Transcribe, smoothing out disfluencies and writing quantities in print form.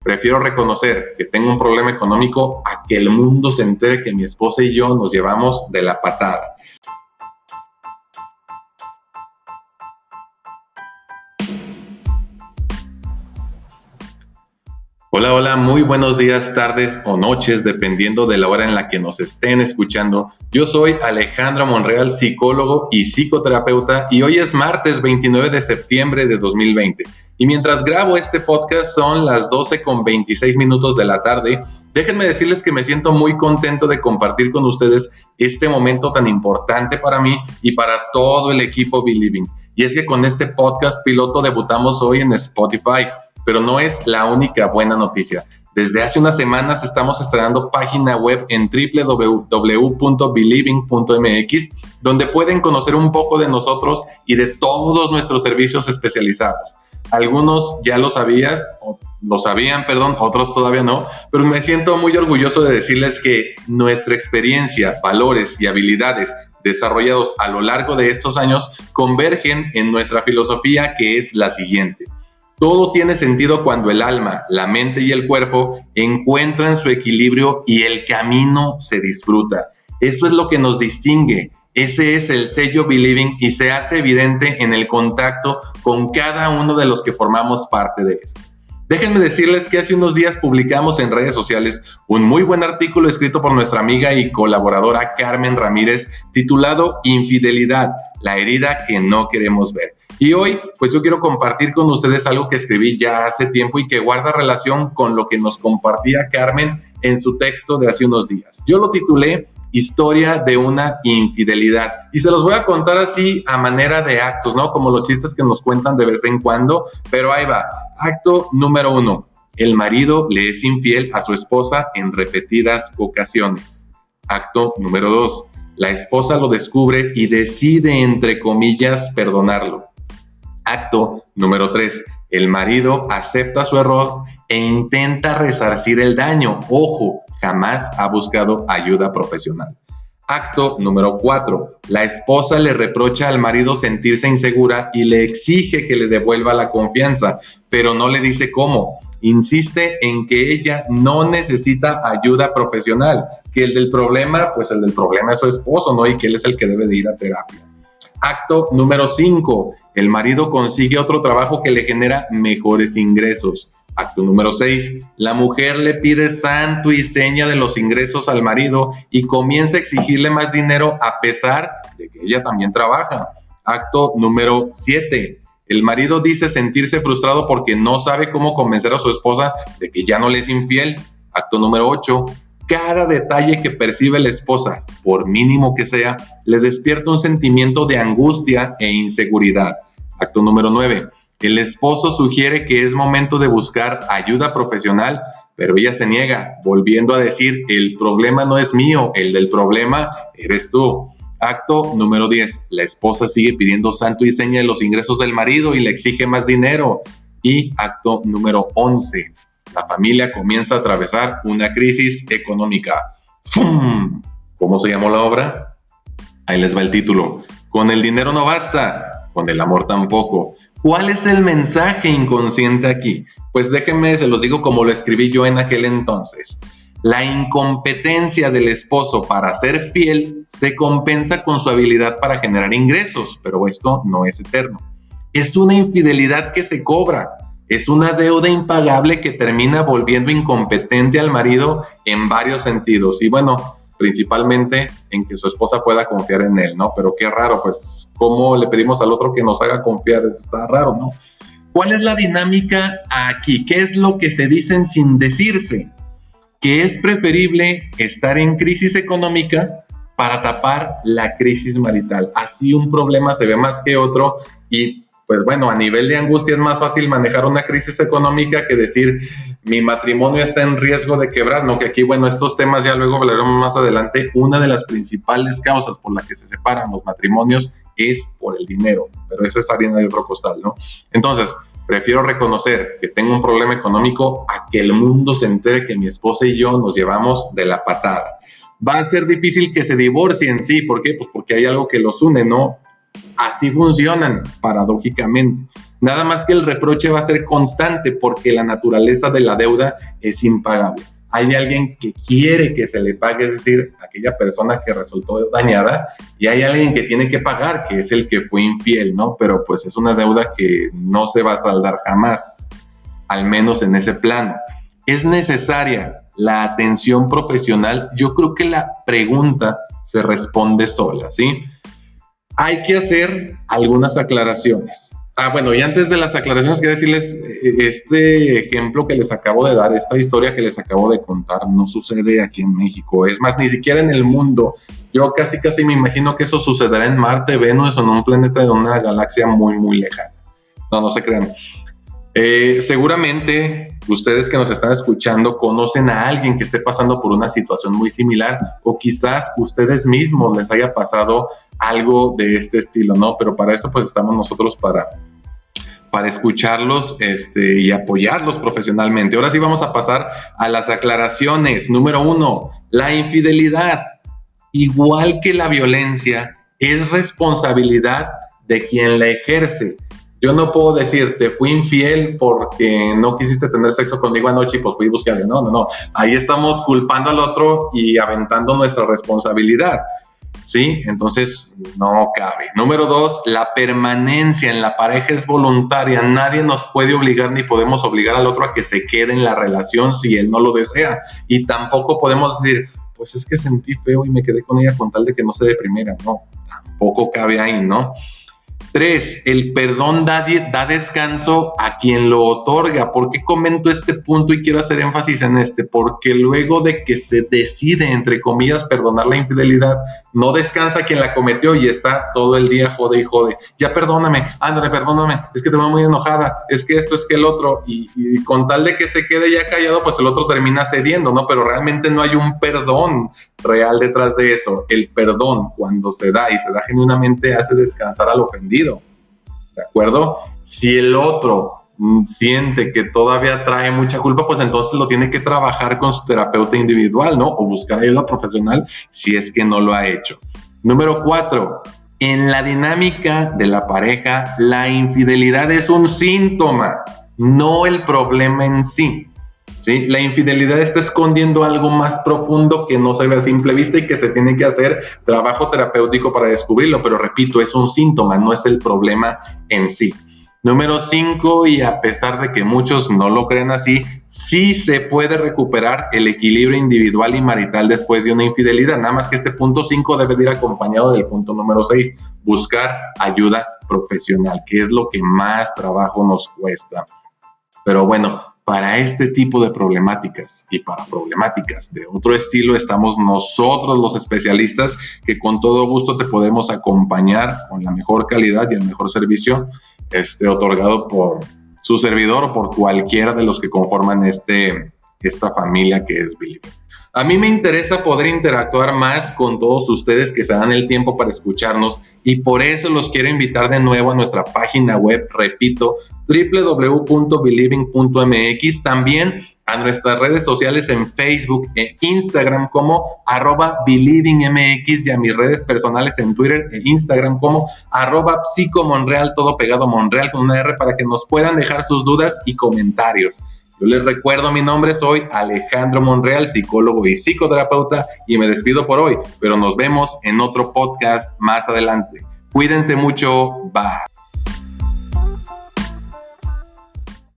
prefiero reconocer que tengo un problema económico a que el mundo se entere que mi esposa y yo nos llevamos de la patada. Hola, hola, muy buenos días, tardes o noches, dependiendo de la hora en la que nos estén escuchando. Yo soy Alejandro Monreal, psicólogo y psicoterapeuta, y hoy es martes 29 de septiembre de 2020. Y mientras grabo este podcast son las 12:26 de la tarde. Déjenme decirles que me siento muy contento de compartir con ustedes este momento tan importante para mí y para todo el equipo Believing. Y es que con este podcast piloto debutamos hoy en Spotify. Pero no es la única buena noticia. Desde hace unas semanas estamos estrenando página web en www.believing.mx, donde pueden conocer un poco de nosotros y de todos nuestros servicios especializados. Algunos ya lo sabían, otros todavía no, pero me siento muy orgulloso de decirles que nuestra experiencia, valores y habilidades desarrollados a lo largo de estos años convergen en nuestra filosofía, que es la siguiente: todo tiene sentido cuando el alma, la mente y el cuerpo encuentran su equilibrio y el camino se disfruta. Eso es lo que nos distingue. Ese es el sello Believing y se hace evidente en el contacto con cada uno de los que formamos parte de esto. Déjenme decirles que hace unos días publicamos en redes sociales un muy buen artículo escrito por nuestra amiga y colaboradora Carmen Ramírez, titulado Infidelidad, la herida que no queremos ver. Y hoy, pues yo quiero compartir con ustedes algo que escribí ya hace tiempo y que guarda relación con lo que nos compartía Carmen en su texto de hace unos días. Yo lo titulé Historia de una infidelidad. Y se los voy a contar así a manera de actos, ¿no? Como los chistes que nos cuentan de vez en cuando, pero ahí va. Acto número 1. El marido le es infiel a su esposa en repetidas ocasiones. Acto número 2. La esposa lo descubre y decide, entre comillas, perdonarlo. Acto número 3. El marido acepta su error e intenta resarcir el daño. Ojo, jamás ha buscado ayuda profesional. Acto número 4. La esposa le reprocha al marido sentirse insegura y le exige que le devuelva la confianza, pero no le dice cómo. Insiste en que ella no necesita ayuda profesional, que el del problema es su esposo, ¿no? Y que él es el que debe de ir a terapia. Acto número 5. El marido consigue otro trabajo que le genera mejores ingresos. Acto número 6. La mujer le pide santo y seña de los ingresos al marido y comienza a exigirle más dinero a pesar de que ella también trabaja. Acto número 7. El marido dice sentirse frustrado porque no sabe cómo convencer a su esposa de que ya no le es infiel. Acto número 8. Cada detalle que percibe la esposa, por mínimo que sea, le despierta un sentimiento de angustia e inseguridad. Acto número 9. El esposo sugiere que es momento de buscar ayuda profesional, pero ella se niega, volviendo a decir: el problema no es mío, el del problema eres tú. Acto número 10. La esposa sigue pidiendo santo y seña de los ingresos del marido y le exige más dinero. Y acto número 11. La familia comienza a atravesar una crisis económica. ¡Fum! ¿Cómo se llamó la obra? Ahí les va el título. Con el dinero no basta, con el amor tampoco. ¿Cuál es el mensaje inconsciente aquí? Pues déjenme, se los digo como lo escribí yo en aquel entonces. La incompetencia del esposo para ser fiel se compensa con su habilidad para generar ingresos, pero esto no es eterno. Es una infidelidad que se cobra. Es una deuda impagable que termina volviendo incompetente al marido en varios sentidos. Y bueno, principalmente en que su esposa pueda confiar en él, ¿no? Pero qué raro, pues, ¿cómo le pedimos al otro que nos haga confiar? Está raro, ¿no? ¿Cuál es la dinámica aquí? ¿Qué es lo que se dicen sin decirse? Que es preferible estar en crisis económica para tapar la crisis marital. Así un problema se ve más que otro y pues bueno, a nivel de angustia es más fácil manejar una crisis económica que decir mi matrimonio está en riesgo de quebrar, ¿no? Que aquí, bueno, estos temas ya luego hablaremos más adelante. Una de las principales causas por la que se separan los matrimonios es por el dinero, pero esa es harina de otro costal, ¿no? Entonces, prefiero reconocer que tengo un problema económico a que el mundo se entere que mi esposa y yo nos llevamos de la patada. Va a ser difícil que se divorcien, sí, ¿por qué? Pues porque hay algo que los une, ¿no? Así funcionan, paradójicamente. Nada más que el reproche va a ser constante porque la naturaleza de la deuda es impagable. Hay alguien que quiere que se le pague, es decir, aquella persona que resultó dañada, y hay alguien que tiene que pagar, que es el que fue infiel, ¿no? Pero pues es una deuda que no se va a saldar jamás, al menos en ese plano. ¿Es necesaria la atención profesional? Yo creo que la pregunta se responde sola, ¿sí? Hay que hacer algunas aclaraciones. Bueno, y antes de las aclaraciones, quiero decirles, este ejemplo que les acabo de dar, esta historia que les acabo de contar, no sucede aquí en México. Es más, ni siquiera en el mundo. Yo casi me imagino que eso sucederá en Marte, Venus, o en un planeta de una galaxia muy lejana. No se crean. Seguramente ustedes que nos están escuchando conocen a alguien que esté pasando por una situación muy similar, o quizás ustedes mismos les haya pasado algo de este estilo, ¿no? Pero para eso pues estamos nosotros para escucharlos y apoyarlos profesionalmente. Ahora sí vamos a pasar a las aclaraciones. Número 1, la infidelidad, igual que la violencia, es responsabilidad de quien la ejerce. Yo no puedo decir, te fui infiel porque no quisiste tener sexo conmigo anoche y pues fui y busqué a alguien. No. Ahí estamos culpando al otro y aventando nuestra responsabilidad, ¿sí? Entonces, no cabe. Número 2, la permanencia en la pareja es voluntaria. Nadie nos puede obligar ni podemos obligar al otro a que se quede en la relación si él no lo desea. Y tampoco podemos decir, pues es que sentí feo y me quedé con ella con tal de que no se deprimiera. No, tampoco cabe ahí, ¿no? 3, el perdón da descanso a quien lo otorga. ¿Por qué comento este punto y quiero hacer énfasis en este? Porque luego de que se decide, entre comillas, perdonar la infidelidad, no descansa quien la cometió y está todo el día jode y jode. Ya perdóname, ándale, perdóname, es que te veo muy enojada, es que esto, es que el otro, y con tal de que se quede ya callado, pues el otro termina cediendo, ¿no? Pero realmente no hay un perdón real detrás de eso. El perdón, cuando se da y se da genuinamente, hace descansar al ofendido, ¿de acuerdo? Si el otro siente que todavía trae mucha culpa, pues entonces lo tiene que trabajar con su terapeuta individual, ¿no? O buscar ayuda profesional si es que no lo ha hecho. Número 4, en la dinámica de la pareja, la infidelidad es un síntoma, no el problema en sí. ¿Sí? La infidelidad está escondiendo algo más profundo que no se ve a simple vista y que se tiene que hacer trabajo terapéutico para descubrirlo, pero repito, es un síntoma, no es el problema en sí. Número 5, y a pesar de que muchos no lo creen así, sí se puede recuperar el equilibrio individual y marital después de una infidelidad, nada más que este punto 5 debe de ir acompañado del punto número 6, buscar ayuda profesional, que es lo que más trabajo nos cuesta. Pero bueno, para este tipo de problemáticas y para problemáticas de otro estilo estamos nosotros los especialistas que con todo gusto te podemos acompañar con la mejor calidad y el mejor servicio otorgado por su servidor o por cualquiera de los que conforman esta familia que es Believing. A mí me interesa poder interactuar más con todos ustedes que se dan el tiempo para escucharnos y por eso los quiero invitar de nuevo a nuestra página web, repito, www.believing.mx, también a nuestras redes sociales en Facebook e Instagram como @believingmx y a mis redes personales en Twitter e Instagram como @psicomonreal, todo pegado Monreal con una R, para que nos puedan dejar sus dudas y comentarios. Yo les recuerdo mi nombre, soy Alejandro Monreal, psicólogo y psicoterapeuta, y me despido por hoy, pero nos vemos en otro podcast más adelante. Cuídense mucho, bye.